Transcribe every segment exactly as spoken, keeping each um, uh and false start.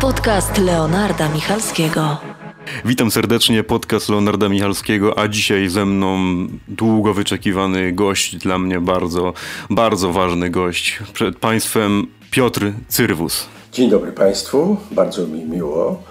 Podcast Leonarda Michalskiego. Witam serdecznie, podcast Leonarda Michalskiego, a dzisiaj ze mną długo wyczekiwany gość, dla mnie bardzo, bardzo ważny gość. Przed Państwem Piotr Cyrwus. Dzień dobry Państwu, bardzo mi miło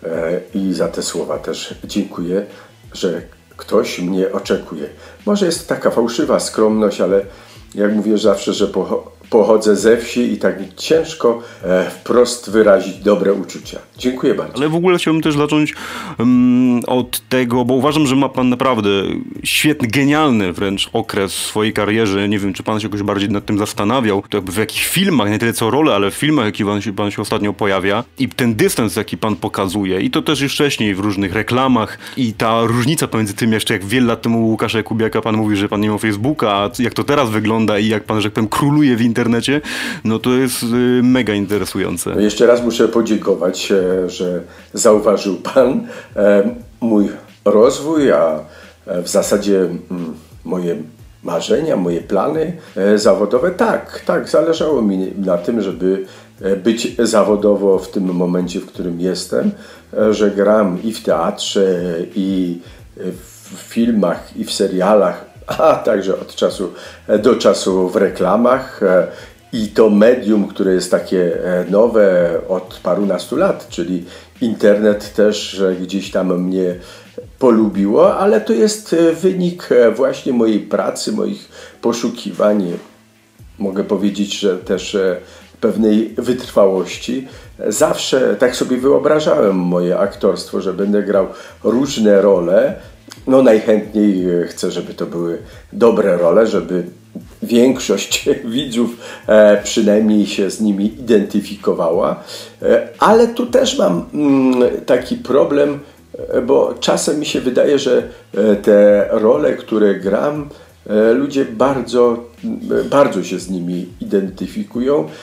i za te słowa też dziękuję, że ktoś mnie oczekuje. Może jest taka fałszywa skromność, ale jak mówię zawsze, że pochodzę ze wsi i tak mi ciężko e, wprost wyrazić dobre uczucia. Dziękuję bardzo. Ale w ogóle chciałbym też zacząć um, od tego, bo uważam, że ma pan naprawdę świetny, genialny wręcz okres w swojej karierze. Nie wiem, czy pan się jakoś bardziej nad tym zastanawiał. To jakby w jakich filmach, nie tyle co role, ale w filmach, jaki pan się, pan się ostatnio pojawia. I ten dystans, jaki pan pokazuje. I to też już wcześniej w różnych reklamach. I ta różnica pomiędzy tym jeszcze, jak wiele lat temu u Łukasza Jakubiaka pan mówi, że pan nie miał Facebooka, a jak to teraz wygląda i jak pan, że tak powiem, króluje w internecie, no to jest y, mega interesujące. No jeszcze raz muszę podziękować, e, że zauważył pan e, mój rozwój, a e, w zasadzie m, moje marzenia, moje plany e, zawodowe. Tak, tak, zależało mi na tym, żeby e, być zawodowo w tym momencie, w którym jestem, e, że gram i w teatrze, i w filmach, i w serialach, a także od czasu do czasu w reklamach. I to medium, które jest takie nowe od parunastu lat, czyli internet też gdzieś tam mnie polubiło, ale to jest wynik właśnie mojej pracy, moich poszukiwań. Mogę powiedzieć, że też pewnej wytrwałości. Zawsze tak sobie wyobrażałem moje aktorstwo, że będę grał różne role. No najchętniej chcę, żeby to były dobre role, żeby większość widzów e, przynajmniej się z nimi identyfikowała. E, ale tu też mam mm, taki problem, e, bo czasem mi się wydaje, że e, te role, które gram, e, ludzie bardzo, e, bardzo się z nimi identyfikują e,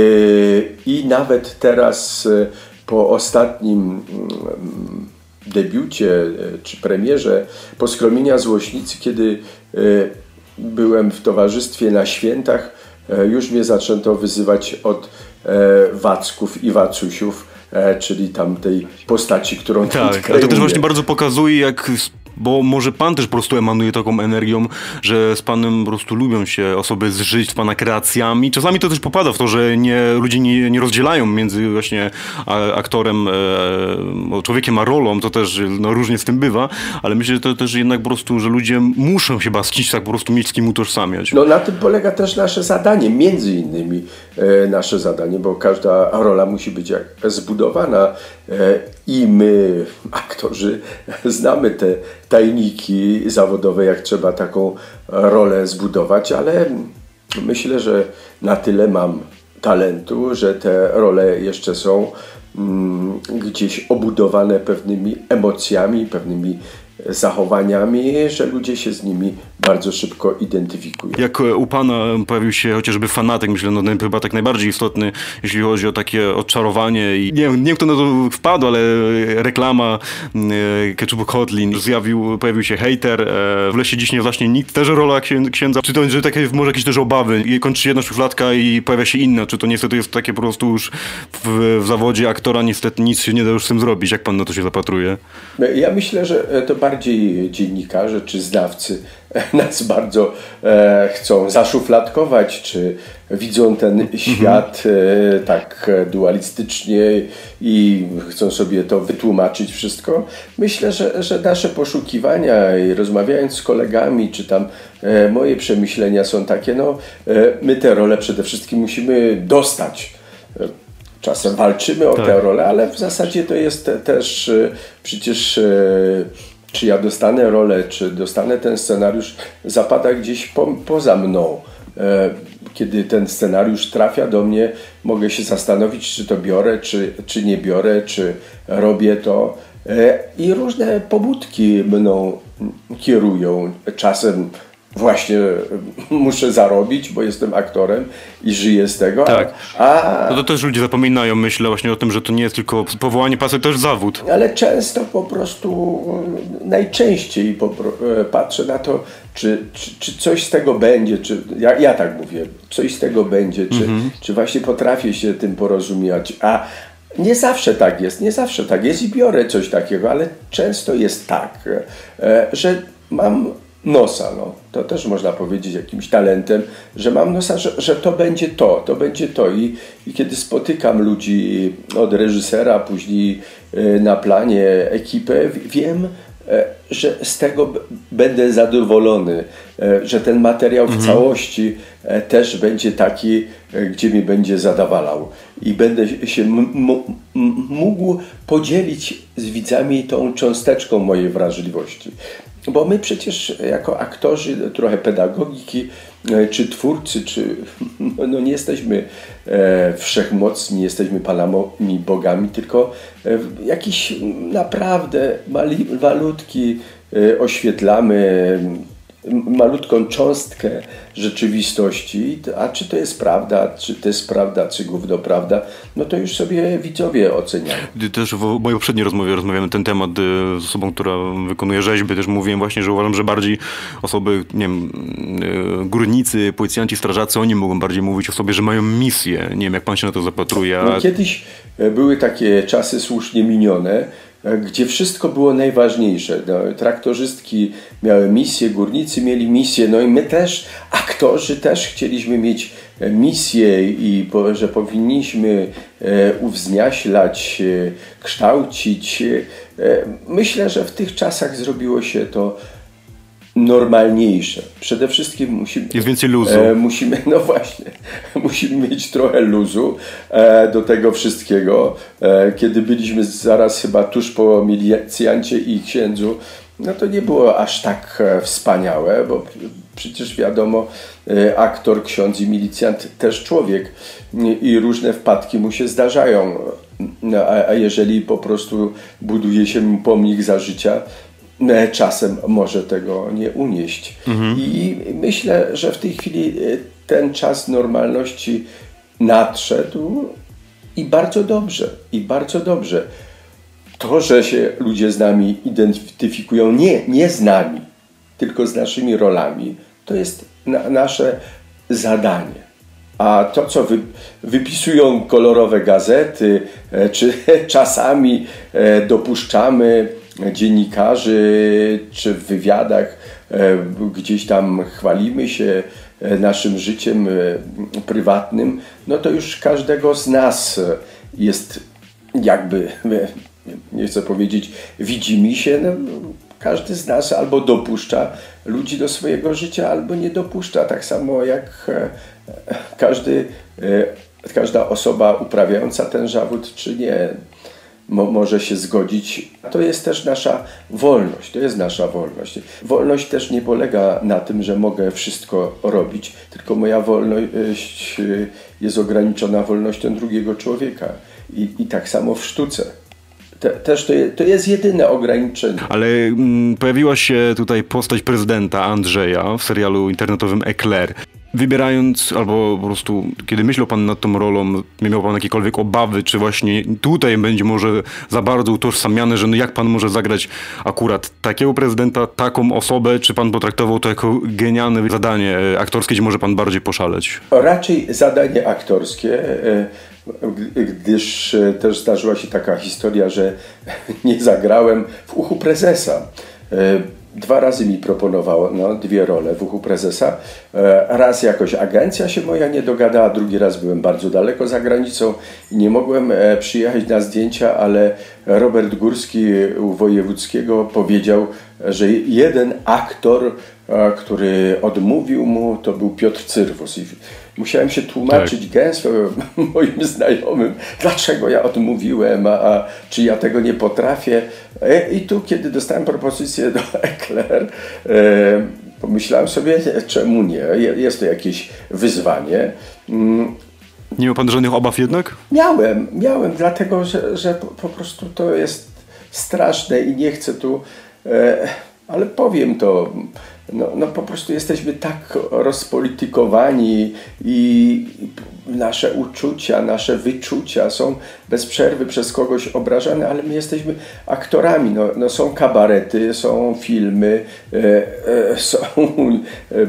i nawet teraz e, po ostatnim e, debiucie czy premierze Poskromienia Złośnicy, kiedy byłem w towarzystwie na świętach, już mnie zaczęto wyzywać od Wacków i Wacusiów, czyli tamtej postaci, którą tak, ale to też właśnie bardzo pokazuje, jak... Bo może pan też po prostu emanuje taką energią, że z panem po prostu lubią się osoby zżyć z pana kreacjami. Czasami to też popada w to, że nie, ludzie nie, nie rozdzielają między właśnie aktorem, e, człowiekiem a rolą. To też no, różnie z tym bywa, ale myślę, że to też jednak po prostu, że ludzie muszą chyba z kimś tak po prostu mieć z kim utożsamiać. No na tym polega też nasze zadanie, między innymi e, nasze zadanie, bo każda rola musi być jak zbudowana e, i my, aktorzy, znamy te tajniki zawodowe, jak trzeba taką rolę zbudować, ale myślę, że na tyle mam talentu, że te role jeszcze są mm, gdzieś obudowane pewnymi emocjami, pewnymi zachowaniami, że ludzie się z nimi bardzo szybko identyfikują. Jak u pana pojawił się chociażby fanatyk, myślę, no chyba tak najbardziej istotny, jeśli chodzi o takie odczarowanie i nie wiem, nie wiem kto na to wpadł, ale reklama e, Ketchupu Kotlin, zjawił, pojawił się hejter, e, w Lesie dziś nie właśnie nikt, też rola księdza, czy to że takie, może jakieś też obawy, i kończy się jedna szufladka i pojawia się inna, czy to niestety jest takie po prostu już w, w zawodzie aktora niestety nic się nie da już z tym zrobić, jak pan na to się zapatruje? Ja myślę, że to bardziej dziennikarze czy znawcy nas bardzo e, chcą zaszufladkować, czy widzą ten świat e, tak dualistycznie i chcą sobie to wytłumaczyć wszystko. Myślę, że, że nasze poszukiwania i rozmawiając z kolegami, czy tam e, moje przemyślenia są takie, no e, my te role przede wszystkim musimy dostać. Czasem walczymy o tak. tę rolę, ale w zasadzie to jest te, też e, przecież e, czy ja dostanę rolę, czy dostanę ten scenariusz, zapada gdzieś po, poza mną. E, kiedy ten scenariusz trafia do mnie, mogę się zastanowić, czy to biorę, czy, czy nie biorę, czy robię to. E, I różne pobudki mną kierują. Czasem właśnie muszę zarobić, bo jestem aktorem i żyję z tego. Tak. A... No to też ludzie zapominają, myślę właśnie o tym, że to nie jest tylko powołanie pasy, to też zawód. Ale często po prostu, najczęściej po, patrzę na to, czy, czy, czy coś z tego będzie, czy ja, ja tak mówię, coś z tego będzie, czy, mhm. czy właśnie potrafię się tym porozumiewać. A Nie zawsze tak jest, nie zawsze tak jest i biorę coś takiego, ale często jest tak, że mam nosa, no, to też można powiedzieć jakimś talentem, że mam nosa, że, że to będzie to, to będzie to I, i kiedy spotykam ludzi od reżysera, później na planie ekipę, wiem, że z tego b- będę zadowolony, że ten materiał w mhm. całości też będzie taki, gdzie mnie będzie zadowalał i będę się m- m- mógł podzielić z widzami tą cząsteczką mojej wrażliwości. Bo my przecież jako aktorzy trochę pedagogiki, czy twórcy, czy no nie jesteśmy e, wszechmocni, nie jesteśmy panami bogami, tylko e, jakiś naprawdę mali, malutki e, oświetlamy malutką cząstkę rzeczywistości, a czy to jest prawda, czy to jest prawda, czy gówno prawda, no to już sobie widzowie oceniają. Też w mojej poprzedniej rozmowie rozmawiałem na ten temat z osobą, która wykonuje rzeźby, też mówiłem właśnie, że uważam, że bardziej osoby, nie wiem, górnicy, policjanci, strażacy, oni mogą bardziej mówić o sobie, że mają misję. Nie wiem, jak pan się na to zapatruje. No, kiedyś były takie czasy słusznie minione, gdzie wszystko było najważniejsze. No, traktorzystki miały misję, górnicy mieli misję, no i my też, aktorzy też chcieliśmy mieć misję i że powinniśmy uwzniaślać, kształcić. Myślę, że w tych czasach zrobiło się to normalniejsze. Przede wszystkim musimy... Jest więcej luzu. E, musimy, no właśnie, musimy mieć trochę luzu e, do tego wszystkiego. E, kiedy byliśmy zaraz chyba tuż po milicjancie i księdzu, no to nie było aż tak e, wspaniałe, bo przecież wiadomo, e, aktor, ksiądz i milicjant też człowiek i, i różne wpadki mu się zdarzają. No, a, a jeżeli po prostu buduje się mu pomnik za życia, czasem może tego nie unieść. Mhm. I myślę, że w tej chwili ten czas normalności nadszedł i bardzo dobrze, i bardzo dobrze. To, że się ludzie z nami identyfikują, nie, nie z nami, tylko z naszymi rolami, to jest na, nasze zadanie. A to, co wy, wypisują kolorowe gazety, czy czasami dopuszczamy dziennikarzy, czy w wywiadach gdzieś tam chwalimy się naszym życiem prywatnym, no to już każdego z nas jest jakby, nie chcę powiedzieć, widzi się, no, każdy z nas albo dopuszcza ludzi do swojego życia, albo nie dopuszcza. Tak samo jak każdy, każda osoba uprawiająca ten zawód, czy nie, mo- może się zgodzić. To jest też nasza wolność, to jest nasza wolność. Wolność też nie polega na tym, że mogę wszystko robić, tylko moja wolność jest ograniczona wolnością drugiego człowieka. I, i tak samo w sztuce. Te, też to, je, to jest jedyne ograniczenie. Ale mm, pojawiła się tutaj postać prezydenta Andrzeja w serialu internetowym Eclair. Wybierając, albo po prostu, kiedy myślał pan nad tą rolą, miał pan jakiekolwiek obawy, czy właśnie tutaj będzie może za bardzo utożsamiane, że no jak pan może zagrać akurat takiego prezydenta, taką osobę, czy pan potraktował to jako genialne zadanie aktorskie, gdzie może pan bardziej poszaleć? Raczej zadanie aktorskie, gdyż też zdarzyła się taka historia, że nie zagrałem w Uchu prezesa. Dwa razy mi proponowano no, dwie role w Uchu prezesa. Raz jakoś agencja się moja nie dogadała, drugi raz byłem bardzo daleko za granicą i nie mogłem przyjechać na zdjęcia, ale Robert Górski u Wojewódzkiego powiedział, że jeden aktor, który odmówił mu, to był Piotr Cyrwus. I musiałem się tłumaczyć tak. gęsto moim znajomym, dlaczego ja odmówiłem, a, a czy ja tego nie potrafię. I tu, kiedy dostałem propozycję do Eclair, e, pomyślałem sobie, czemu nie? Jest to jakieś wyzwanie. Nie miał pan żadnych obaw jednak? Miałem, miałem, dlatego, że, że po, po prostu to jest straszne i nie chcę tu, e, ale powiem to, no, no po prostu jesteśmy tak rozpolitykowani i, i nasze uczucia, nasze wyczucia są bez przerwy przez kogoś obrażane, ale my jesteśmy aktorami. No, no są kabarety, są filmy, e, e, są e,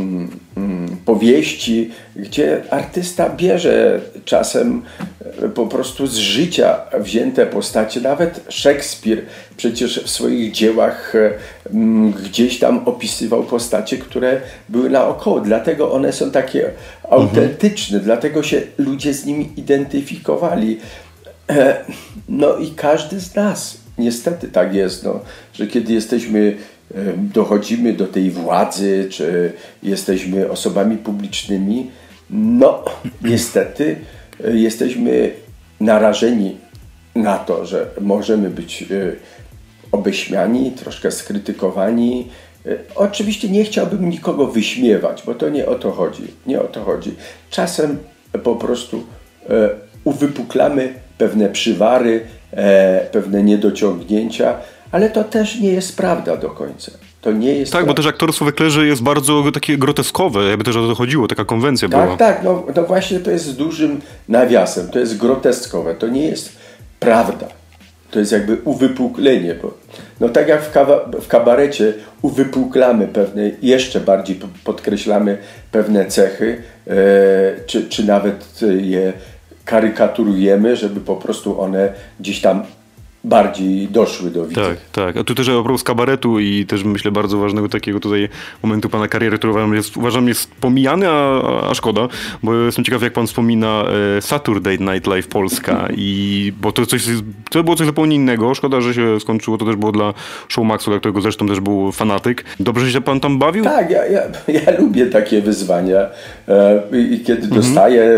powieści, gdzie artysta bierze czasem po prostu z życia wzięte postacie. Nawet Szekspir przecież w swoich dziełach m, gdzieś tam opisywał postacie, które były naokoło. Dlatego one są takie autentyczne, mhm. dlatego się ludzie z nimi identyfikowali. E, no i każdy z nas, niestety tak jest, no, że kiedy jesteśmy dochodzimy do tej władzy, czy jesteśmy osobami publicznymi, no niestety jesteśmy narażeni na to, że możemy być obeśmiani, troszkę skrytykowani. Oczywiście nie chciałbym nikogo wyśmiewać, bo to nie o to chodzi. Nie o to chodzi. Czasem po prostu uwypuklamy pewne przywary, pewne niedociągnięcia, ale to też nie jest prawda do końca. To nie jest tak, prawda. Bo też aktorstwo wyklerze jest bardzo takie groteskowe, jakby też o to chodziło, taka konwencja tak, była. Tak, no, no właśnie to jest z dużym nawiasem, to jest groteskowe, to nie jest prawda. To jest jakby uwypuklenie. Bo, no tak jak w, kawa, w kabarecie uwypuklamy pewne, jeszcze bardziej podkreślamy pewne cechy, e, czy, czy nawet je karykaturujemy, żeby po prostu one gdzieś tam bardziej doszły do widza. Tak, tak. A tu też a propos kabaretu i też myślę bardzo ważnego takiego tutaj momentu pana kariery, który uważam jest, uważam jest pomijany, a, a szkoda, bo jestem ciekaw, jak pan wspomina e, Saturday Night Live Polska i bo to coś, to było coś zupełnie innego. Szkoda, że się skończyło. To też było dla Showmaxu, dla którego zresztą też był fanatyk. Dobrze się pan tam bawił? Tak, ja, ja, ja lubię takie wyzwania e, i kiedy mhm. dostaję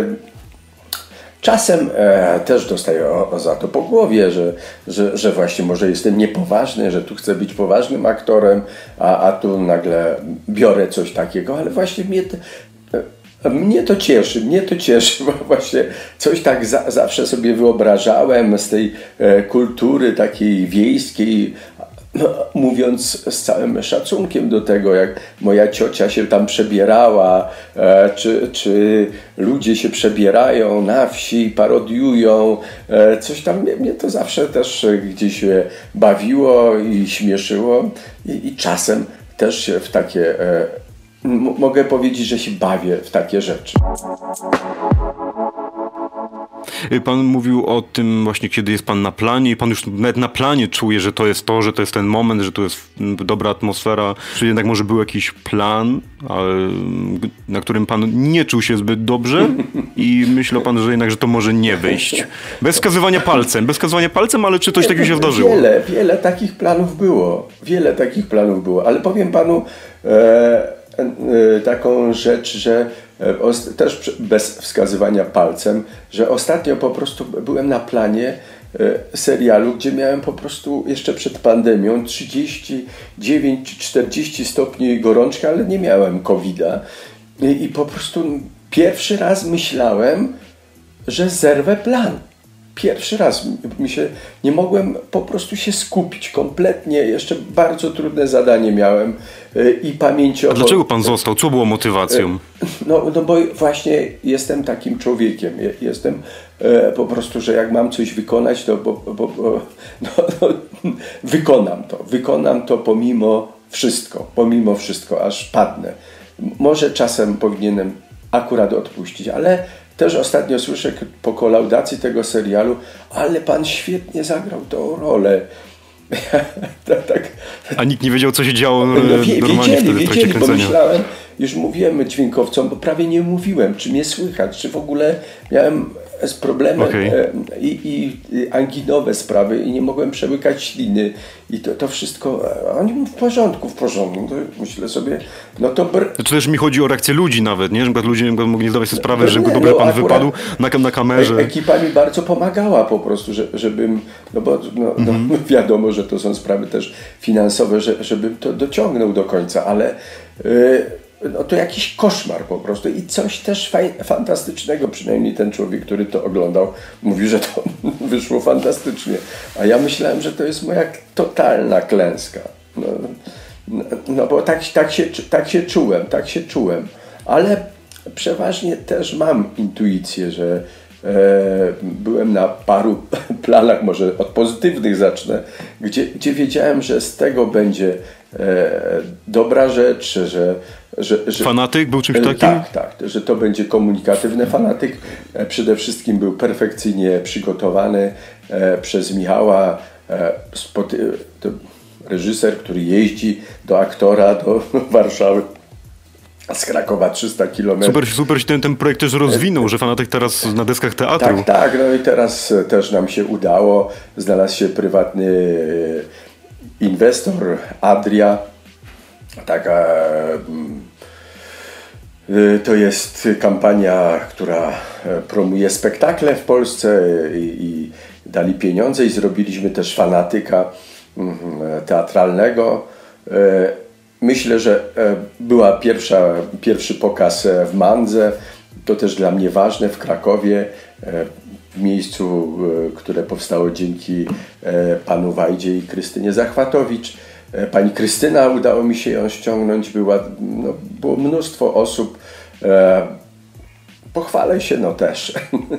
czasem e, też dostaję o, o za to po głowie, że, że, że właśnie może jestem niepoważny, że tu chcę być poważnym aktorem, a, a tu nagle biorę coś takiego, ale właśnie mnie to, e, mnie to cieszy, mnie to cieszy, bo właśnie coś tak za, zawsze sobie wyobrażałem z tej e, kultury takiej wiejskiej, no, mówiąc z całym szacunkiem do tego, jak moja ciocia się tam przebierała, e, czy, czy ludzie się przebierają na wsi, parodiują, e, coś tam mnie, mnie to zawsze też gdzieś bawiło i śmieszyło i, i czasem też się w takie, e, m- mogę powiedzieć, że się bawię w takie rzeczy. Pan mówił o tym właśnie, kiedy jest pan na planie i pan już nawet na planie czuje, że to jest to, że to jest ten moment, że to jest dobra atmosfera. Czy jednak może był jakiś plan, na którym pan nie czuł się zbyt dobrze i myślał pan, że jednak, że to może nie wyjść. Bez wskazywania palcem, bez wskazywania palcem, ale czy coś takiego się zdarzyło? Wiele, wiele takich planów było. Wiele takich planów było, ale powiem panu e, e, taką rzecz, że też bez wskazywania palcem, że ostatnio po prostu byłem na planie serialu, gdzie miałem po prostu jeszcze przed pandemią trzydzieści dziewięć czy czterdzieści stopni gorączka, ale nie miałem kowida. I, i po prostu pierwszy raz myślałem, że zerwę plan. Pierwszy raz mi się, nie mogłem po prostu się skupić kompletnie. Jeszcze bardzo trudne zadanie miałem i pamięciowo. A dlaczego pan został? Co było motywacją? No, no bo właśnie jestem takim człowiekiem. Jestem e, po prostu, że jak mam coś wykonać, to bo, bo, bo, no, no, wykonam to. Wykonam to pomimo wszystko. Pomimo wszystko, aż padnę. Może czasem powinienem akurat odpuścić, ale też ostatnio słyszę po kolaudacji tego serialu, ale pan świetnie zagrał tą rolę. tak, tak. A nikt nie wiedział, co się działo no, wie, normalnie wiedzieli, wtedy w trakcie wiedzieli, bo kręcenia. myślałem, już mówiłem dźwiękowcom, bo prawie nie mówiłem, czy mnie słychać, czy w ogóle miałem z problemem okay. e, i, i anginowe sprawy i nie mogłem przełykać śliny i to, to wszystko, a oni w porządku, w porządku, to myślę sobie, no to... Br- znaczy też mi chodzi o reakcję ludzi nawet, nie? Że ludzie mogli nie zdawać sobie sprawy, no, że nie, dobry no, pan wypadł na, na kamerze. E- ekipa mi bardzo pomagała po prostu, że, żebym, no bo no, mm-hmm. no, wiadomo, że to są sprawy też finansowe, że, żebym to dociągnął do końca, ale yy, no to jakiś koszmar po prostu i coś też faj- fantastycznego, przynajmniej ten człowiek, który to oglądał, mówi, że to wyszło fantastycznie, a ja myślałem, że to jest moja totalna klęska. No, no, no bo tak, tak, się, tak się czułem, tak się czułem, ale przeważnie też mam intuicję, że e, byłem na paru planach, może od pozytywnych zacznę, gdzie, gdzie wiedziałem, że z tego będzie e, dobra rzecz, że, że, że... Fanatyk był czymś takim? Tak, tak, że to będzie komunikatywny fanatyk. E, przede wszystkim był perfekcyjnie przygotowany e, przez Michała, e, spoty- to reżyser, który jeździ do aktora, do Warszawy. Z Krakowa trzysta kilometrów. Super, super się ten, ten projekt też rozwinął, że Fanatyk teraz na deskach teatru. Tak, tak. No i teraz też nam się udało. Znalazł się prywatny inwestor, Adria. Taka, to jest kampania, która promuje spektakle w Polsce i, i dali pieniądze i zrobiliśmy też Fanatyka teatralnego. Myślę, że była pierwsza, pierwszy pokaz w Mandze, to też dla mnie ważne, w Krakowie, w miejscu, które powstało dzięki panu Wajdzie i Krystynie Zachwatowicz. Pani Krystyna, udało mi się ją ściągnąć, była, no, było mnóstwo osób. Pochwalę się no też.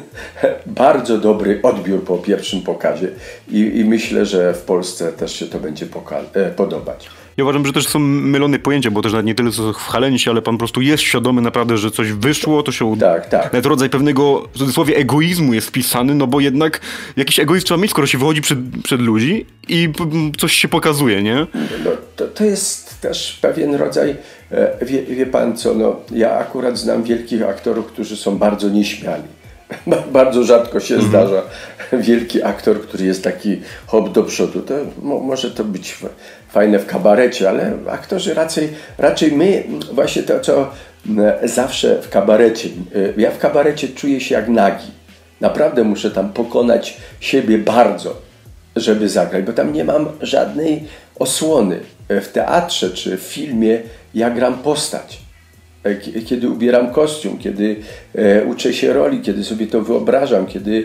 Bardzo dobry odbiór po pierwszym pokazie i, i myślę, że w Polsce też się to będzie poka- podobać. Ja uważam, że też są mylone pojęcia, bo też nawet nie tyle co chwalenie się, ale pan po prostu jest świadomy naprawdę, że coś wyszło, to się uda. Tak, tak. Nawet rodzaj pewnego, w cudzysłowie, egoizmu jest wpisany, no bo jednak jakiś egoizm trzeba mieć, skoro się wychodzi przed, przed ludzi i coś się pokazuje, nie? No, to, to jest też pewien rodzaj, wie, wie pan co, no, ja akurat znam wielkich aktorów, którzy są bardzo nieśmiali. Bardzo rzadko się mhm. zdarza wielki aktor, który jest taki hop do przodu. To mo, może to być fajne w kabarecie, ale aktorzy raczej, raczej my, właśnie to, co zawsze w kabarecie, ja w kabarecie czuję się jak nagi. Naprawdę muszę tam pokonać siebie bardzo, żeby zagrać, bo tam nie mam żadnej osłony. W teatrze czy w filmie ja gram postać. Kiedy ubieram kostium, kiedy e, uczę się roli, kiedy sobie to wyobrażam, kiedy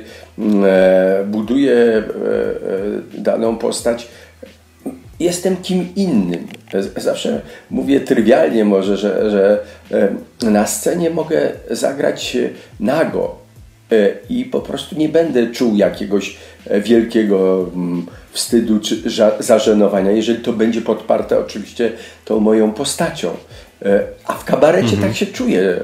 e, buduję e, e, daną postać, jestem kim innym. Zawsze mówię trywialnie może, że, że e, na scenie mogę zagrać nago e, i po prostu nie będę czuł jakiegoś wielkiego m, wstydu czy ża- zażenowania, jeżeli to będzie podparte oczywiście tą moją postacią. A w kabarecie mhm. tak się czuję.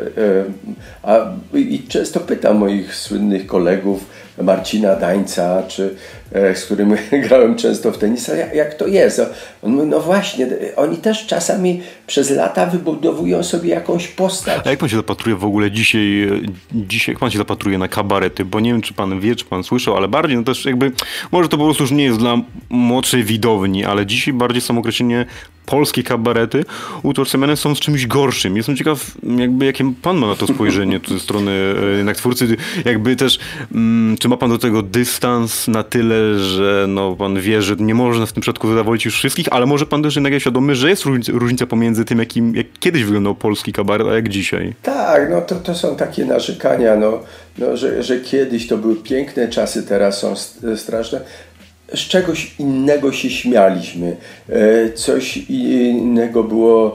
A, I często pytam moich słynnych kolegów, Marcina Dańca, czy, z którym grałem często w tenisa, jak, jak to jest. On mówi, no właśnie, oni też czasami przez lata wybudowują sobie jakąś postać. A jak pan się zapatruje w ogóle dzisiaj, dzisiaj jak pan się zapatruje na kabarety? Bo nie wiem, czy pan wie, czy pan słyszał, ale bardziej, no też jakby, może to po prostu już nie jest dla młodszej widowni, ale dzisiaj bardziej są określenie polskie kabarety utożsamiane są z czymś gorszym. Jestem ciekaw, jakby jakie pan ma na to spojrzenie ze strony jednak twórcy, jakby też, mm, czy ma pan do tego dystans na tyle, że no, pan wie, że nie można w tym przypadku zadowolić już wszystkich, ale może pan też jednak jest świadomy, że jest różnica, różnica pomiędzy tym, jakim, jak kiedyś wyglądał polski kabaret, a jak dzisiaj. Tak, no to, to są takie narzekania, no, no, że, że kiedyś to były piękne czasy, teraz są straszne. Z czegoś innego się śmialiśmy, coś innego było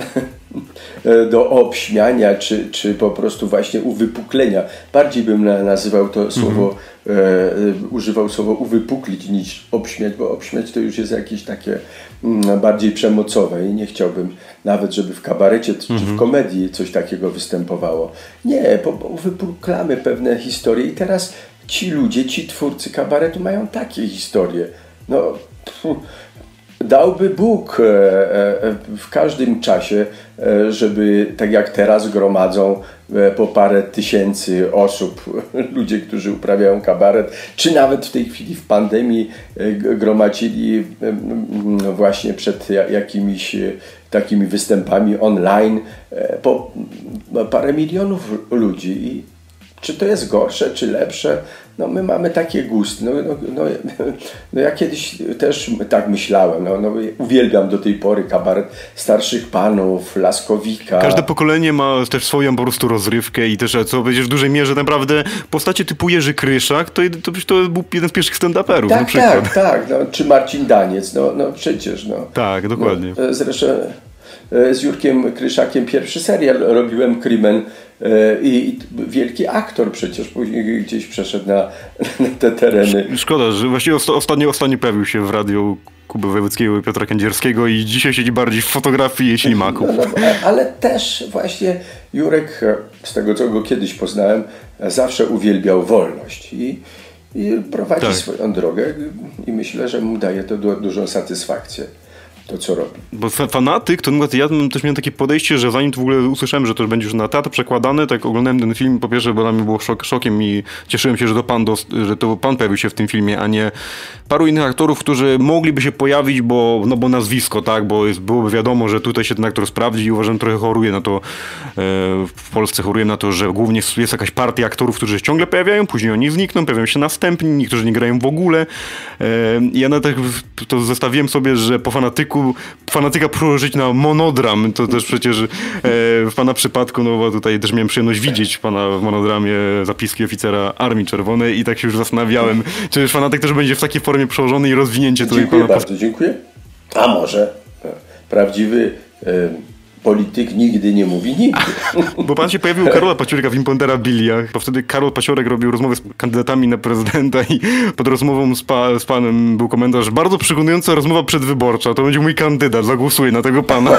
do obśmiania, czy, czy po prostu właśnie uwypuklenia. Bardziej bym nazywał to słowo, mhm. e, używał słowo uwypuklić niż obśmiać, bo obśmiać to już jest jakieś takie m, bardziej przemocowe i nie chciałbym nawet, żeby w kabarecie czy mhm. w komedii coś takiego występowało. Nie, bo, bo uwypuklamy pewne historie i teraz ci ludzie, ci twórcy kabaretu mają takie historie. No, pfu, dałby Bóg e, e, w każdym czasie, e, żeby tak jak teraz gromadzą e, po parę tysięcy osób, ludzie, którzy uprawiają kabaret, czy nawet w tej chwili w pandemii e, gromadzili e, no właśnie przed jakimiś e, takimi występami online e, po no, parę milionów ludzi. I czy to jest gorsze, czy lepsze? No my mamy takie gusty. No, no, no, no ja kiedyś też tak myślałem. No, no, uwielbiam do tej pory kabaret starszych panów, Laskowika. Każde pokolenie ma też swoją po prostu rozrywkę i też, co powiedziesz, w dużej mierze naprawdę postacie typu Jerzy Kryszak, to, to, to był jeden z pierwszych stand-uperów tak, na przykład. Tak, tak. No, czy Marcin Daniec, no, no przecież. No. Tak, dokładnie. No, zresztą z Jurkiem Kryszakiem pierwszy serial robiłem, Krymen, i wielki aktor przecież później gdzieś przeszedł na, na te tereny. Szkoda, że właściwie ostatnio, ostatnio pojawił się w radiu Kuby Wojewódzkiego i Piotra Kędzierskiego i dzisiaj siedzi bardziej w fotografii i ślimaków. No, no, ale też właśnie Jurek, z tego co go kiedyś poznałem, zawsze uwielbiał wolność i, i prowadzi tak. swoją drogę i myślę, że mu daje to du- dużą satysfakcję. To, co robi. Bo fanatyk, to ja też miałem takie podejście, że zanim to w ogóle usłyszałem, że to będzie już na teatr przekładane, tak oglądałem ten film, po pierwsze, bo dla mnie było szok, szokiem i cieszyłem się, że to, pan dost, że to pan pojawił się w tym filmie, a nie paru innych aktorów, którzy mogliby się pojawić, bo, no bo nazwisko, tak, bo jest, byłoby wiadomo, że tutaj się ten aktor sprawdzi i uważam, trochę choruje na to, e, w Polsce choruje na to, że głównie jest jakaś partia aktorów, którzy się ciągle pojawiają, później oni znikną, pojawiają się następni, niektórzy nie grają w ogóle. E, ja na tak to zestawiłem sobie, że po fanatyku fanatyka przełożyć na monodram, to też przecież e, w pana przypadku, no bo tutaj też miałem przyjemność widzieć pana w monodramie Zapiski oficera Armii Czerwonej i tak się już zastanawiałem, czy fanatyk też będzie w takiej formie przełożony i rozwinięcie tutaj dziękuję pana... bardzo, dziękuję. A może prawdziwy e, polityk nigdy nie mówi nigdy. Bo pan się pojawił u Karola Paciorka w Imponderabiliach, bo wtedy Karol Paciorek robił rozmowy z kandydatami na prezydenta i pod rozmową z, pa, z panem był komentarz: bardzo przekonująca rozmowa przedwyborcza, to będzie mój kandydat, zagłosuję na tego pana.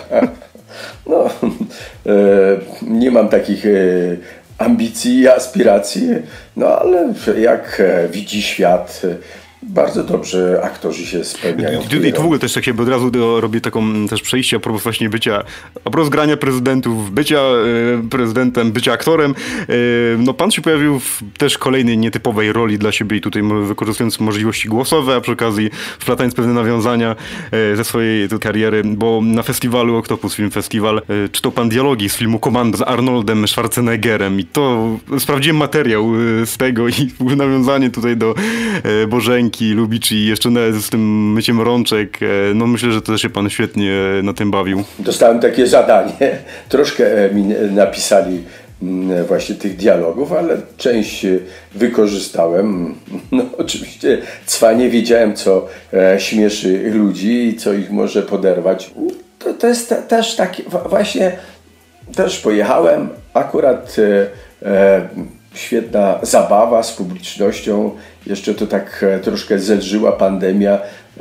No, e, nie mam takich e, ambicji i aspiracji, no ale jak e, widzi świat, bardzo dobrze aktorzy się spełniają. I, i to w ogóle też tak się od razu do, robię taką też przejście a propos właśnie bycia, a propos grania prezydentów, bycia e, prezydentem, bycia aktorem. E, no pan się pojawił w też kolejnej nietypowej roli dla siebie i tutaj wykorzystując możliwości głosowe, a przy okazji wplatając pewne nawiązania e, ze swojej kariery, bo na festiwalu Octopus Film Festival e, czytał pan dialogi z filmu Komando z Arnoldem Schwarzeneggerem i to sprawdziłem materiał e, z tego i nawiązanie tutaj do e, Bożenki Lubicz i jeszcze z tym myciem rączek, no myślę, że to też się pan świetnie na tym bawił. Dostałem takie zadanie, troszkę mi napisali właśnie tych dialogów, ale część wykorzystałem. No oczywiście cwanie wiedziałem, co śmieszy ludzi i co ich może poderwać. To, to jest te, też taki, właśnie też pojechałem, akurat e, świetna zabawa z publicznością, jeszcze to tak troszkę zelżyła pandemia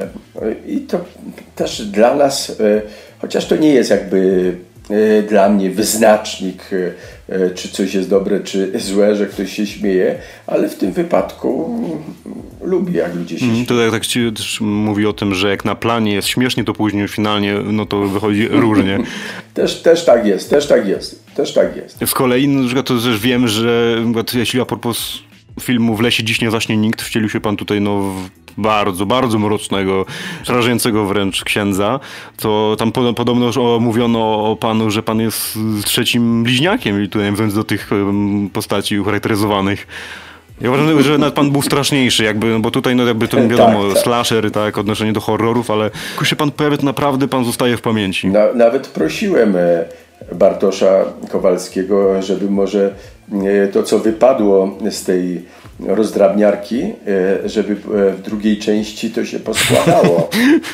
i to też dla nas, chociaż to nie jest jakby dla mnie wyznacznik, czy coś jest dobre, czy złe, że ktoś się śmieje, ale w tym wypadku lubię, jak ludzie się śmieją. To tak, tak ci też mówi o tym, że jak na planie jest śmiesznie, to później finalnie no to wychodzi różnie. też, też tak jest, też tak jest, też tak jest. Z kolei na przykład to też wiem, że jeśli a propos filmu W lesie dziś nie zaśnie nikt, wcielił się pan tutaj no w bardzo, bardzo mrocznego, przerażającego wręcz księdza, to tam po, podobno już o, mówiono o panu, że pan jest trzecim bliźniakiem i tutaj nawiązując do tych um, postaci ucharakteryzowanych. Ja uważam, że nawet pan był straszniejszy, jakby, no bo tutaj no jakby to wiadomo, tak, tak. slasher, tak, odnoszenie do horrorów, ale jak się pan pojawia, to naprawdę pan zostaje w pamięci. Na, nawet prosiłem Bartosza Kowalskiego, żeby może to, co wypadło z tej rozdrabniarki, żeby w drugiej części to się poskładało.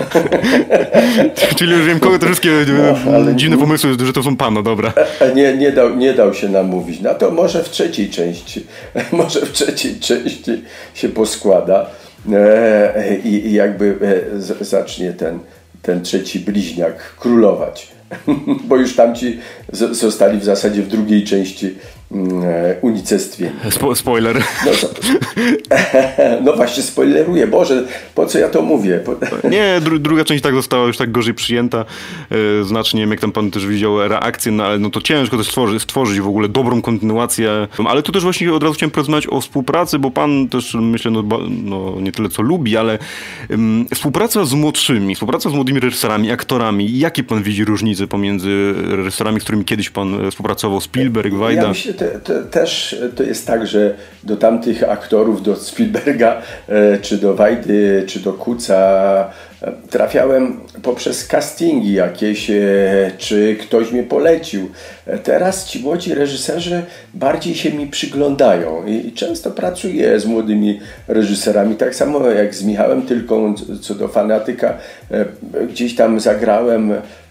Czyli już wiem, kogo te wszystkie no, ale dziwne pomysły, że to są pana, dobra. Nie, nie, dał, nie dał się namówić. No to może w trzeciej części, może w trzeciej części się poskłada i, i jakby zacznie ten, ten trzeci bliźniak królować. Bo już tamci z- zostali w zasadzie w drugiej części e, unicestwieni. Spo- spoiler. No, no właśnie spoileruję. Boże, po co ja to mówię? Po... Nie, dru- druga część tak została już tak gorzej przyjęta. E, znacznie, jak tam pan też widział reakcję, no, ale no to ciężko też stworzyć, stworzyć w ogóle dobrą kontynuację. Ale tu też właśnie od razu chciałem porozmawiać o współpracy, bo pan też myślę, no, no nie tyle co lubi, ale um, współpraca z młodszymi, współpraca z młodymi reżyserami, aktorami. Jakie pan widzi różnice pomiędzy reżyserami, z którymi kiedyś pan współpracował? Spielberg, Wajda? Ja myślę, te, te, też to jest tak, że do tamtych aktorów, do Spielberga, e, czy do Wajdy, czy do Kuca e, trafiałem poprzez castingi jakieś, e, czy ktoś mnie polecił. E, teraz ci młodzi reżyserzy bardziej się mi przyglądają i, i często pracuję z młodymi reżyserami, tak samo jak z Michałem Tylką, co do Fanatyka. E, gdzieś tam zagrałem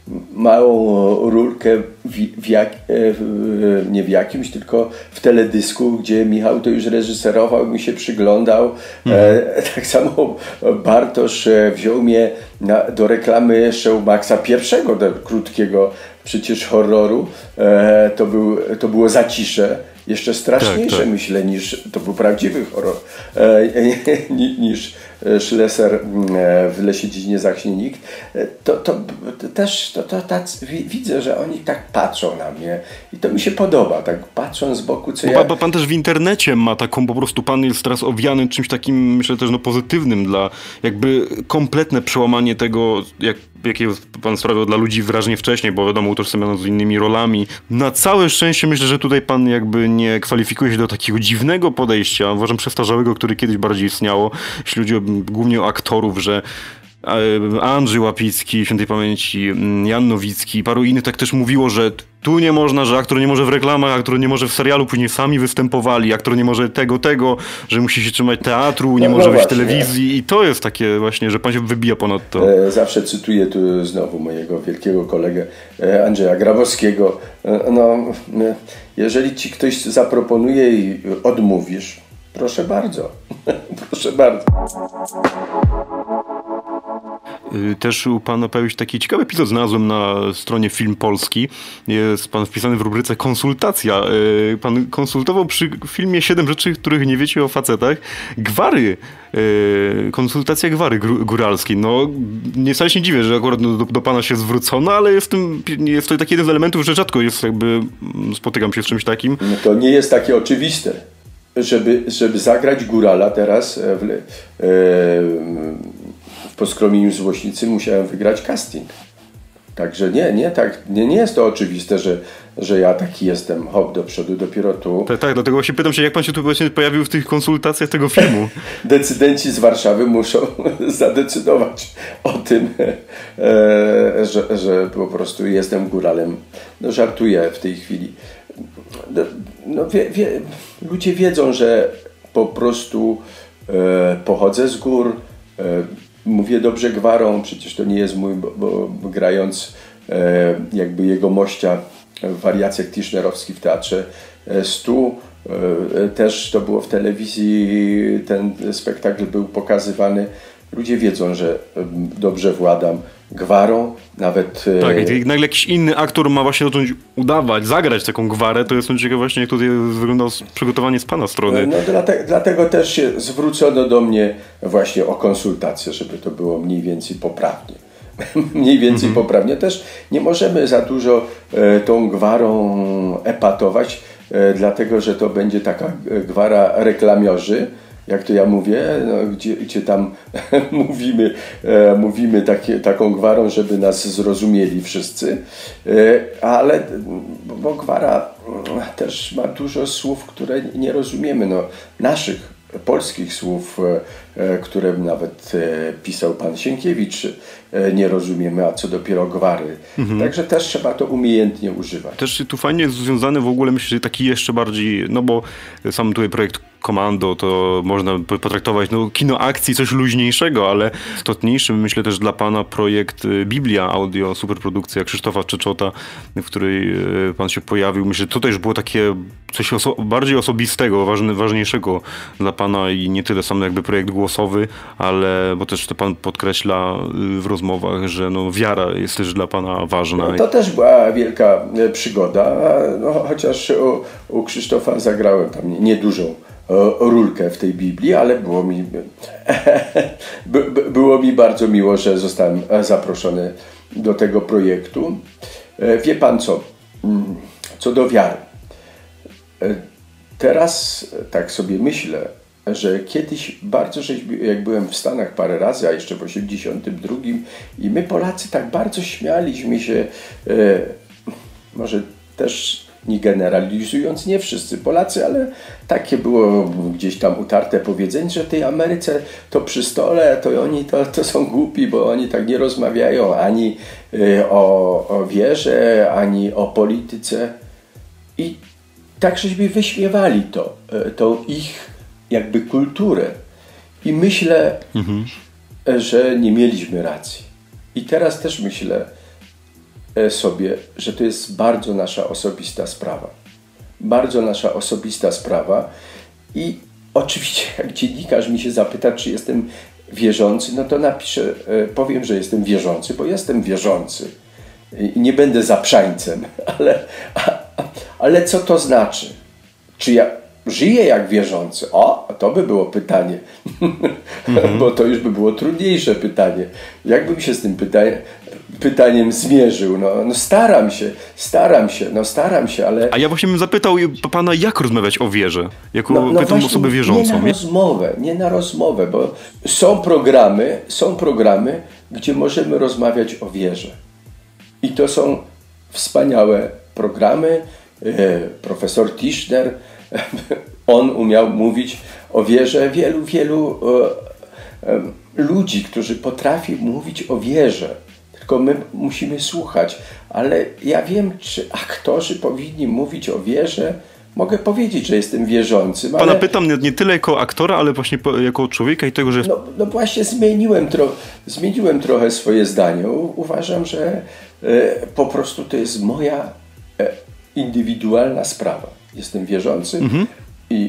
małą rurkę w, w jak, w, nie w jakimś, tylko w teledysku, gdzie Michał to już reżyserował, mi się przyglądał. Mm. E, tak samo Bartosz wziął mnie na, do reklamy Showmaxa pierwszego, do krótkiego przecież horroru. E, to, był, to było Zacisze. Jeszcze straszniejsze, tak, tak. myślę, niż to był prawdziwy horror, e, niż Szleser w Lesie Dziś nie zachnie nikt. To, to, to też to, to, to, widzę, że oni tak patrzą na mnie i to mi się podoba, tak patrzą z boku, co bo, ja... Bo pan też w internecie ma taką, po prostu pan jest teraz owiany czymś takim, myślę też no pozytywnym dla, jakby kompletne przełamanie tego, jak jakie pan sprawiał dla ludzi wyraźnie wcześniej, bo wiadomo, utożsamiono z innymi rolami. Na całe szczęście myślę, że tutaj pan jakby nie kwalifikuje się do takiego dziwnego podejścia, uważam przestarzałego, który kiedyś bardziej istniało, jeśli chodzi o, głównie o aktorów, że Andrzej Łapicki, świętej pamięci, Jan Nowicki, paru innych tak też mówiło, że tu nie można, że aktor nie może w reklamach, aktor nie może w serialu, później sami występowali, aktor nie może tego, tego, że musi się trzymać teatru, nie no, może no być telewizji i to jest takie właśnie, że pan się wybija ponad to. Zawsze cytuję tu znowu mojego wielkiego kolegę Andrzeja Grabowskiego. No, jeżeli ci ktoś zaproponuje i odmówisz, proszę bardzo, proszę bardzo. Też u pana pojawił się taki ciekawy epizod, znalazłem na stronie Film Polski. Jest pan wpisany w rubryce konsultacja. Pan konsultował przy filmie Siedem rzeczy, których nie wiecie o facetach. Gwary. Konsultacja gwary góralskiej. No, nie wcale się nie dziwię, że akurat do, do pana się zwrócono, ale jest, tym, jest to taki jeden z elementów, że rzadko jest jakby, spotykam się z czymś takim. No to nie jest takie oczywiste, żeby, żeby zagrać górala teraz w, w w Poskromieniu Złośnicy musiałem wygrać casting. Także nie, nie, tak, nie, nie jest to oczywiste, że, że ja taki jestem, hop, do przodu, dopiero tu. Tak, tak, dlatego się pytam się, jak pan się tu właśnie pojawił w tych konsultacjach tego filmu? Decydenci z Warszawy muszą zadecydować o tym, e, że, że po prostu jestem góralem. No żartuję w tej chwili. No, no wie, wie, ludzie wiedzą, że po prostu e, pochodzę z gór, e, mówię dobrze gwarą, przecież to nie jest mój, bo, bo, bo grając e, jakby jego mościa wariacjach tischnerowski w Teatrze Stu, e, też to było w telewizji, ten spektakl był pokazywany. Ludzie wiedzą, że dobrze władam gwarą, nawet... Tak, i nagle jakiś inny aktor ma właśnie zacząć udawać, zagrać taką gwarę, to jest ciekawe właśnie, jak tutaj wyglądało przygotowanie z pana strony. No dlatego, dlatego też się zwrócono do mnie właśnie o konsultację, żeby to było mniej więcej poprawnie. mniej więcej mhm. poprawnie. Też nie możemy za dużo e, tą gwarą epatować, e, dlatego, że to będzie taka gwara reklamiorzy, jak to ja mówię, no, gdzie, gdzie tam mówimy, e, mówimy takie, taką gwarą, żeby nas zrozumieli wszyscy, e, ale bo, bo gwara też ma dużo słów, które nie rozumiemy, no, naszych polskich słów, e, które nawet e, pisał pan Sienkiewicz, e, nie rozumiemy, a co dopiero gwary. Mhm. Także też trzeba to umiejętnie używać. Też tu fajnie jest związany w ogóle, myślę, że taki jeszcze bardziej, no bo sam tutaj projekt Komando to można potraktować, no kino akcji, coś luźniejszego, ale istotniejszym myślę też dla pana projekt Biblia Audio, superprodukcja Krzysztofa Czeczota, w której pan się pojawił. Myślę, że to też było takie coś oso- bardziej osobistego, ważne, ważniejszego dla pana i nie tyle sam jakby projekt głosowy, ale bo też to pan podkreśla w rozmowach, że no wiara jest też dla pana ważna. No, to też była wielka przygoda, no, chociaż u, u Krzysztofa zagrałem tam niedużą rulkę w tej Biblii, ale było mi, by, by, było mi bardzo miło, że zostałem zaproszony do tego projektu. Wie pan co, co do wiary. Teraz tak sobie myślę, że kiedyś bardzo, jak byłem w Stanach parę razy, a jeszcze w osiemdziesiątym drugim i my Polacy tak bardzo śmialiśmy się, może też nie generalizując, nie wszyscy Polacy, ale takie było gdzieś tam utarte powiedzenie, że tej Ameryce to przy stole, to oni to, to są głupi, bo oni tak nie rozmawiają ani o, o wierze, ani o polityce. I tak żeśmy wyśmiewali to, tą ich jakby kulturę. I myślę, mhm. że nie mieliśmy racji. I teraz też myślę, sobie, że to jest bardzo nasza osobista sprawa. Bardzo nasza osobista sprawa i oczywiście jak dziennikarz mi się zapyta, czy jestem wierzący, no to napiszę, powiem, że jestem wierzący, bo jestem wierzący i nie będę zaprzańcem, ale, ale co to znaczy? Czy ja żyję jak wierzący? O, to by było pytanie, mm-hmm. bo to już by było trudniejsze pytanie. Jakbym się z tym pytaniem, pytaniem zmierzył? No, no staram się, staram się, no staram się, ale... A ja właśnie bym zapytał pana, jak rozmawiać o wierze? Jako no, no pytam osobę wierzącą. Nie na rozmowę, nie na rozmowę, bo są programy, są programy, gdzie możemy rozmawiać o wierze. I to są wspaniałe programy. Profesor Tischner, on umiał mówić o wierze. Wielu, wielu ludzi, którzy potrafią mówić o wierze. Tylko my musimy słuchać. Ale ja wiem, czy aktorzy powinni mówić o wierze. Mogę powiedzieć, że jestem wierzącym. Pana ale... pytam nie tyle jako aktora, ale właśnie jako człowieka i tego, że... No, no właśnie zmieniłem, tro... zmieniłem trochę swoje zdanie. U- uważam, że e, po prostu to jest moja e, indywidualna sprawa. Jestem wierzący mhm. i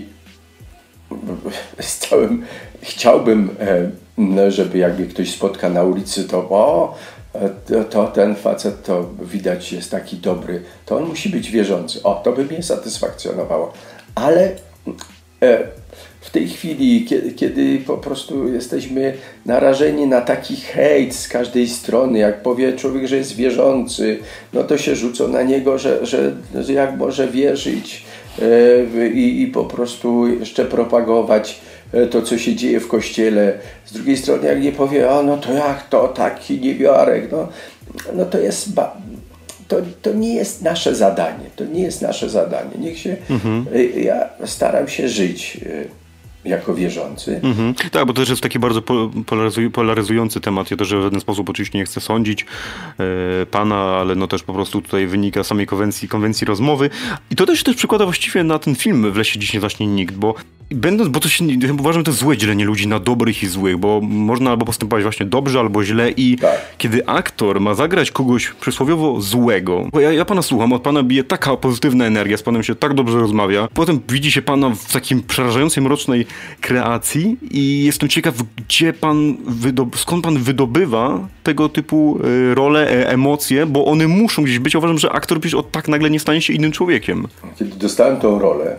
z całym... chciałbym, e, żeby jak mnie ktoś spotka na ulicy, to o, to, to ten facet to widać jest taki dobry, to on musi być wierzący. O, to by mnie satysfakcjonowało. Ale e, w tej chwili, kiedy, kiedy po prostu jesteśmy narażeni na taki hejt z każdej strony, jak powie człowiek, że jest wierzący, no to się rzucą na niego, że, że, że jak może wierzyć e, i, i po prostu jeszcze propagować to, co się dzieje w kościele. Z drugiej strony, jak nie powie, o no to jak to, taki niewiarek, no, no to jest, ba- to, to nie jest nasze zadanie, to nie jest nasze zadanie. Niech się, mhm. ja staram się żyć jako wierzący. Mhm. Tak, bo to też jest taki bardzo polaryzuj- polaryzujący temat. Ja też w żaden sposób oczywiście nie chcę sądzić e, pana, ale no też po prostu tutaj wynika z samej konwencji, konwencji rozmowy. I to też też przykłada właściwie na ten film W lesie dziś nie zaśnie nikt, bo będąc, bo to się, uważam, że to jest złe dzielenie ludzi na dobrych i złych, bo można albo postępować właśnie dobrze, albo źle i tak. kiedy aktor ma zagrać kogoś przysłowiowo złego, bo ja, ja pana słucham, od pana bije taka pozytywna energia, z panem się tak dobrze rozmawia, potem widzi się pana w takim przerażającej, mrocznej kreacji i jestem ciekaw, gdzie pan wydob- skąd pan wydobywa tego typu y, role, e, emocje, bo one muszą gdzieś być. Uważam, że aktor przecież od tak nagle nie stanie się innym człowiekiem. Kiedy dostałem tą rolę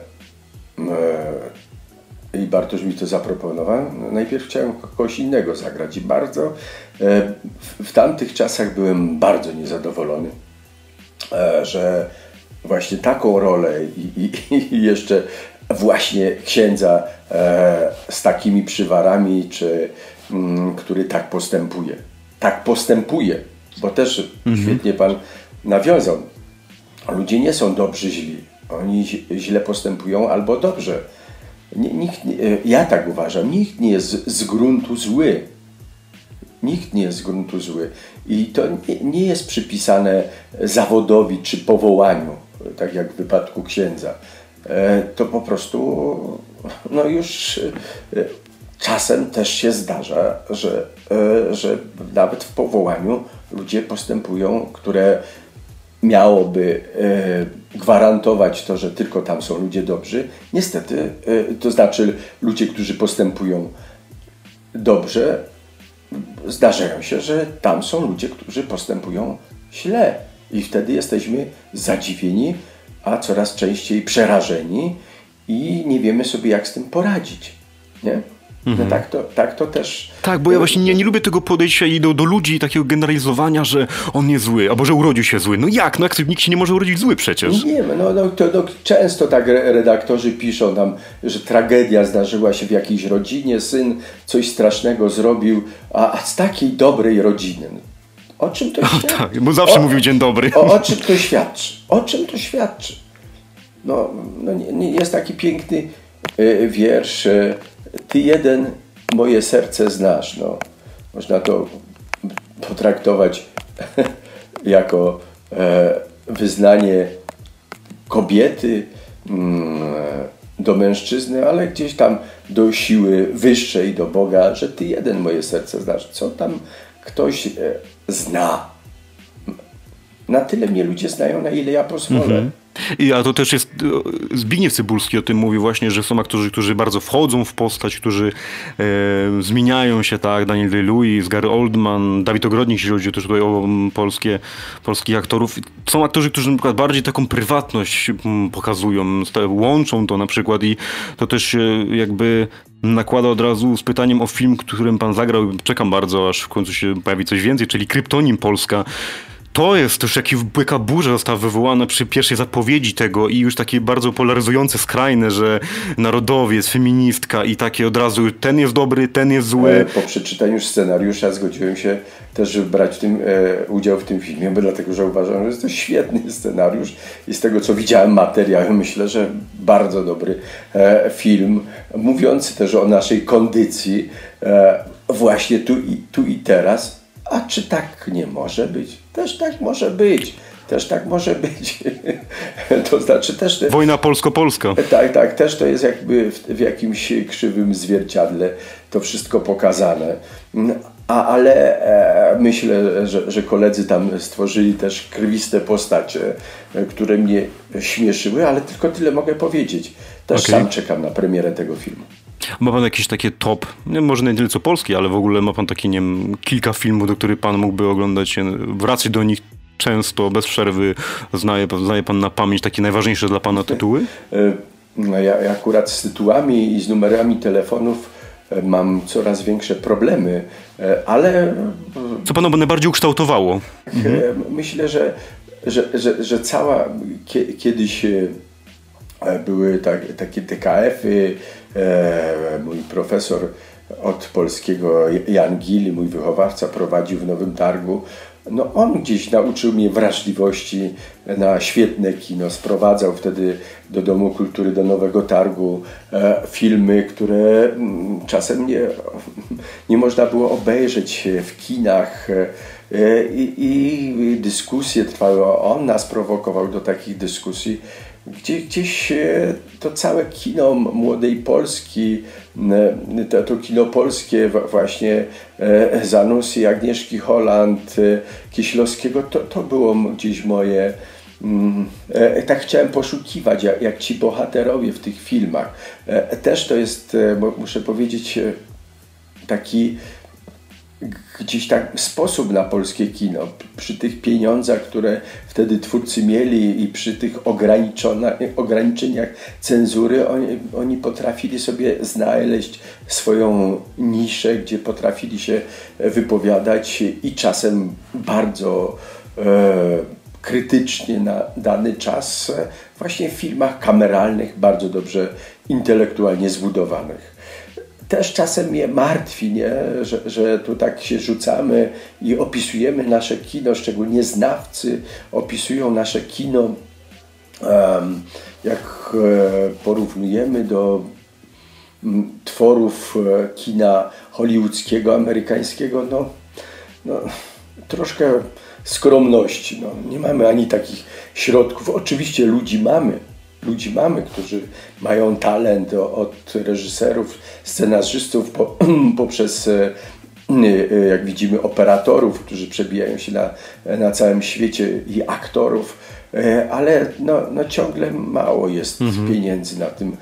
e, i Bartosz mi to zaproponował, no najpierw chciałem kogoś innego zagrać i bardzo e, w, w tamtych czasach byłem bardzo niezadowolony, e, że właśnie taką rolę i, i, i jeszcze właśnie księdza e, z takimi przywarami, czy m, który tak postępuje. Tak postępuje, bo też mhm. świetnie pan nawiązał. Ludzie nie są dobrzy, źli. Oni źle postępują albo dobrze. Nikt, ja tak uważam, nikt nie jest z gruntu zły. Nikt nie jest z gruntu zły. I to nie, nie jest przypisane zawodowi czy powołaniu, tak jak w wypadku księdza. To po prostu no już czasem też się zdarza, że, że nawet w powołaniu ludzie postępują, które miałoby gwarantować to, że tylko tam są ludzie dobrzy. Niestety, to znaczy ludzie, którzy postępują dobrze, zdarzają się, że tam są ludzie, którzy postępują źle. I wtedy jesteśmy zadziwieni, a coraz częściej przerażeni i nie wiemy sobie, jak z tym poradzić. Nie? No tak to, tak to też... Tak, bo ja właśnie nie, nie lubię tego podejścia i do, do ludzi takiego generalizowania, że on jest zły, albo że urodził się zły. No jak? No jak nikt się nie może urodzić zły przecież. Nie wiem, no, no, to, no często tak redaktorzy piszą nam, że tragedia zdarzyła się w jakiejś rodzinie, syn coś strasznego zrobił, a, a z takiej dobrej rodziny. O czym to świadczy? O, tak, bo zawsze o, mówił dzień dobry. O, o czym to świadczy? O czym to świadczy? No, no nie, nie, jest taki piękny y, wiersz. Y, Ty jeden moje serce znasz. No, można to potraktować jako e, wyznanie kobiety mm, do mężczyzny, ale gdzieś tam do siły wyższej, do Boga, że Ty jeden moje serce znasz. Co tam ktoś e, zna? na tyle mnie ludzie znają, na ile ja pozwolę. Mhm. I a to też jest, Zbigniew Cybulski o tym mówi właśnie, że są aktorzy, którzy bardzo wchodzą w postać, którzy e, zmieniają się, tak, Daniel Day-Lewis, Gary Oldman, Dawid Ogrodnik, jeśli chodzi też tutaj o polskie, polskich aktorów. Są aktorzy, którzy na przykład bardziej taką prywatność pokazują, łączą to na przykład i to też się jakby nakłada od razu z pytaniem o film, którym pan zagrał. Czekam bardzo, aż w końcu się pojawi coś więcej, czyli Kryptonim Polska. To jest też jaka burza została wywołana przy pierwszej zapowiedzi tego i już takie bardzo polaryzujące, skrajne, że narodowiec, feministka i takie od razu ten jest dobry, ten jest zły. Po przeczytaniu scenariusza zgodziłem się też brać w tym, e, udział w tym filmie, bo dlatego, że uważam, że jest to świetny scenariusz i z tego, co widziałem materiał, myślę, że bardzo dobry e, film, mówiący też o naszej kondycji e, właśnie tu i, tu i teraz. A czy tak nie może być? Też tak może być. Też tak może być. To znaczy też... Te... Wojna polsko-polska. Tak, tak. Też to jest jakby w, w jakimś krzywym zwierciadle to wszystko pokazane. A, ale e, myślę, że, że koledzy tam stworzyli też krwiste postacie, które mnie śmieszyły, ale tylko tyle mogę powiedzieć. Też okay. Sam czekam na premierę tego filmu. Ma pan jakieś takie top, nie, może nie tyle co polski, ale w ogóle ma pan takie, nie wiem, kilka filmów, do których pan mógłby oglądać, wracać do nich często, bez przerwy, znaje, znaje pan na pamięć takie najważniejsze dla pana tytuły? No ja, ja akurat z tytułami i z numerami telefonów mam coraz większe problemy, ale... Co pana by najbardziej ukształtowało? Mhm. Myślę, że, że, że, że cała kiedyś były tak, takie T K F-y, mój profesor od polskiego Jan Gil, mój wychowawca, prowadził w Nowym Targu. No on gdzieś nauczył mnie wrażliwości na świetne kino. Sprowadzał wtedy do Domu Kultury, do Nowego Targu e, filmy, które m, czasem nie, nie można było obejrzeć w kinach. E, i, I dyskusje trwały. On nas prowokował do takich dyskusji. Gdzie, gdzieś to całe kino młodej Polski, to, to kino polskie właśnie Zanussi, Agnieszki Holland, Kieślowskiego, to, to było gdzieś moje... Tak chciałem poszukiwać, jak, jak ci bohaterowie w tych filmach. Też to jest, muszę powiedzieć, taki gdzieś tak sposób na polskie kino. Przy tych pieniądzach, które wtedy twórcy mieli i przy tych ograniczeniach cenzury, oni, oni potrafili sobie znaleźć swoją niszę, gdzie potrafili się wypowiadać i czasem bardzo e, krytycznie na dany czas, właśnie w filmach kameralnych, bardzo dobrze intelektualnie zbudowanych. Też czasem mnie martwi, nie? Że, że tu tak się rzucamy i opisujemy nasze kino, szczególnie znawcy opisują nasze kino, um, jak e, porównujemy do m, tworów e, kina hollywoodzkiego, amerykańskiego, no, no troszkę skromności. No. Nie mamy ani takich środków. Oczywiście ludzi mamy. Ludzi mamy, którzy mają talent od reżyserów, scenarzystów po, poprzez, jak widzimy, operatorów, którzy przebijają się na, na całym świecie i aktorów, ale no, no ciągle mało jest mhm. pieniędzy na tym,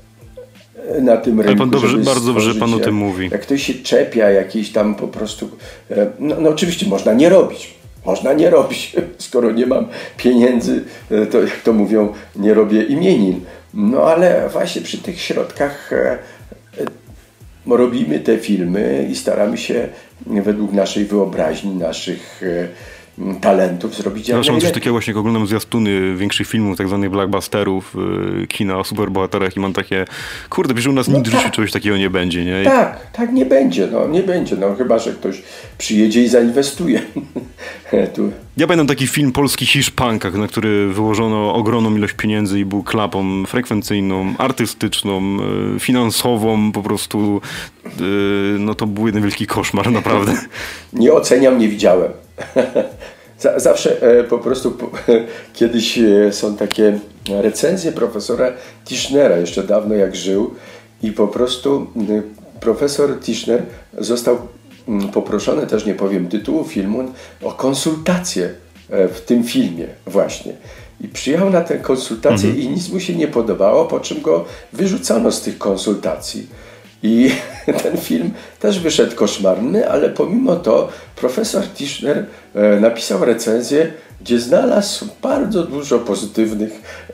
na tym rynku. Ale pan dobrze, bardzo dobrze pan o tym mówi. Jak ktoś się czepia jakiejś tam po prostu, no, no oczywiście można nie robić. Można nie robić, skoro nie mam pieniędzy, to jak to mówią, nie robię imienin. No ale właśnie przy tych środkach e, e, robimy te filmy i staramy się według naszej wyobraźni, naszych e, talentów zrobić jak najlepiej. najlepiej. Coś takiego właśnie, jak oglądam zwiastuny większych filmów, tak zwanych blockbusterów, yy, kina o superbohaterach i mam takie, kurde, przecież u nas no nigdy tak. czegoś takiego nie będzie, nie? Tak, tak nie będzie, no nie będzie, no chyba, że ktoś przyjedzie i zainwestuje. tu. Ja pamiętam taki film polski Hiszpankach, na który wyłożono ogromną ilość pieniędzy i był klapą frekwencyjną, artystyczną, yy, finansową, po prostu, yy, no to był jeden wielki koszmar, naprawdę. Nie oceniam, nie widziałem. Zawsze e, po prostu po, kiedyś e, są takie recenzje profesora Tischnera, jeszcze dawno jak żył, i po prostu e, profesor Tischner został m, poproszony, też nie powiem tytułu filmu, o konsultację w tym filmie właśnie. I przyjechał na tę konsultację mhm. i nic mu się nie podobało, po czym go wyrzucono z tych konsultacji. I ten film też wyszedł koszmarny, ale pomimo to profesor Tischner napisał recenzję, gdzie znalazł bardzo dużo pozytywnych,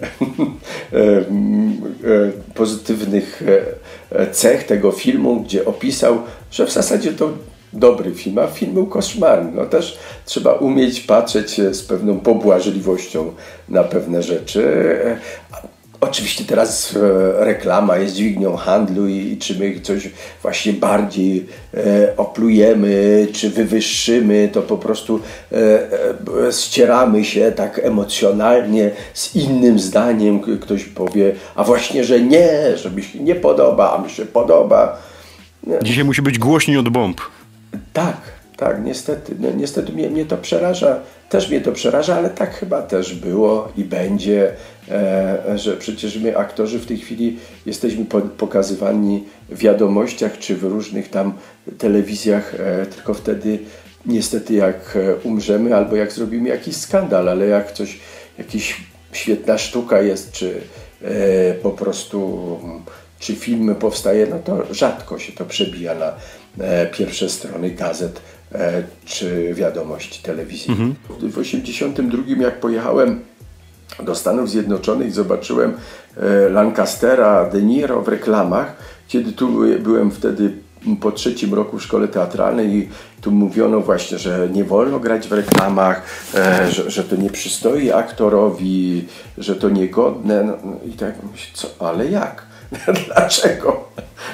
pozytywnych cech tego filmu, gdzie opisał, że w zasadzie to dobry film, a film był koszmarny. No też trzeba umieć patrzeć z pewną pobłażliwością na pewne rzeczy. Oczywiście teraz reklama jest dźwignią handlu i czy my coś właśnie bardziej e, oplujemy, czy wywyższymy, to po prostu e, e, ścieramy się tak emocjonalnie z innym zdaniem. Ktoś powie, a właśnie, że nie, że mi się nie podoba, a mi się podoba. Dzisiaj musi być głośniej od bomb. Tak, tak, niestety. No, niestety mnie, mnie to przeraża. Też mnie to przeraża, ale tak chyba też było i będzie, e, że przecież my aktorzy w tej chwili jesteśmy po, pokazywani w wiadomościach czy w różnych tam telewizjach, e, tylko wtedy niestety jak umrzemy albo jak zrobimy jakiś skandal, ale jak coś, jakaś świetna sztuka jest, czy e, po prostu czy film powstaje, no to rzadko się to przebija na e, pierwsze strony gazet e, czy wiadomości telewizyjnych. Mhm. W osiemdziesiątym drugim jak pojechałem do Stanów Zjednoczonych, zobaczyłem e, Lancastera, De Niro w reklamach, kiedy tu byłem wtedy po trzecim roku w szkole teatralnej i tu mówiono właśnie, że nie wolno grać w reklamach, e, że, że to nie przystoi aktorowi, że to niegodne. No, no i tak myślę, co, ale jak? Dlaczego?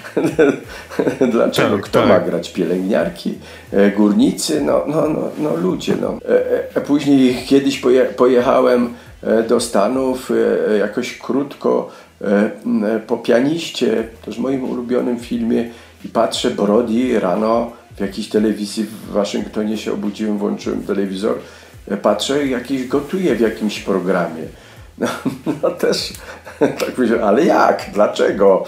Dlaczego? Tak, Kto tak. ma grać? Pielęgniarki? Górnicy? No, no, no, no ludzie. No. Później kiedyś poje, pojechałem do Stanów jakoś krótko po Pianiście, też w moim ulubionym filmie, i patrzę, Brody rano w jakiejś telewizji w Waszyngtonie się obudziłem, włączyłem telewizor, patrzę, jakiś gotuje w jakimś programie. No, no też tak myślę, ale jak? Dlaczego?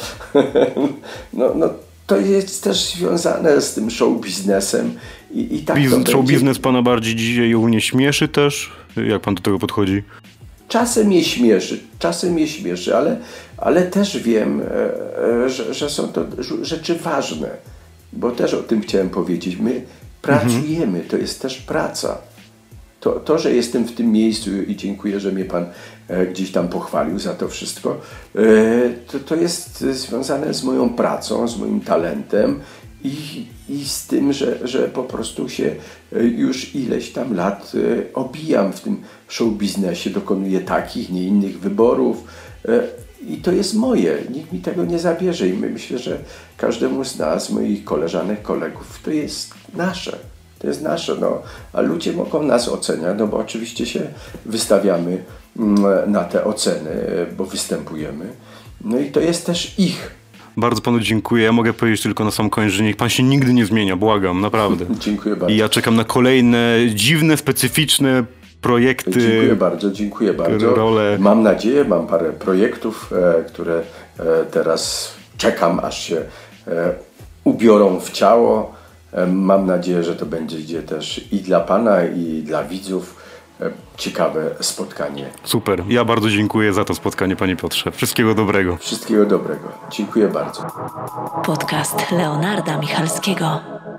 No, no to jest też związane z tym show biznesem i, i tak Biz- to będzie. Show biznes pana bardziej dzisiaj ogólnie śmieszy też? Jak pan do tego podchodzi? Czasem mnie śmieszy, czasem mnie śmieszy, ale, ale też wiem, że, że są to rzeczy ważne, bo też o tym chciałem powiedzieć. My pracujemy, mhm. to jest też praca. To, to, że jestem w tym miejscu i dziękuję, że mnie pan e, gdzieś tam pochwalił za to wszystko, e, to, to jest związane z moją pracą, z moim talentem i, i z tym, że, że po prostu się już ileś tam lat e, obijam w tym show biznesie, dokonuję takich, nie innych wyborów e, i to jest moje. Nikt mi tego nie zabierze i myślę, że każdemu z nas, moich koleżanek, kolegów, to jest nasze. To jest nasze, no, a ludzie mogą nas oceniać, no bo oczywiście się wystawiamy na te oceny, bo występujemy. No i to jest też ich. Bardzo panu dziękuję. Ja mogę powiedzieć tylko na sam koniec, że niech pan się nigdy nie zmienia, błagam, naprawdę. Dziękuję bardzo. I ja czekam na kolejne dziwne, specyficzne projekty. Dziękuję bardzo, dziękuję bardzo. Role. Mam nadzieję, mam parę projektów, e, które e, teraz czekam, aż się e, ubiorą w ciało. Mam nadzieję, że to będzie też i dla pana, i dla widzów ciekawe spotkanie. Super. Ja bardzo dziękuję za to spotkanie, panie Piotrze. Wszystkiego dobrego. Wszystkiego dobrego. Dziękuję bardzo. Podcast Leonarda Michalskiego.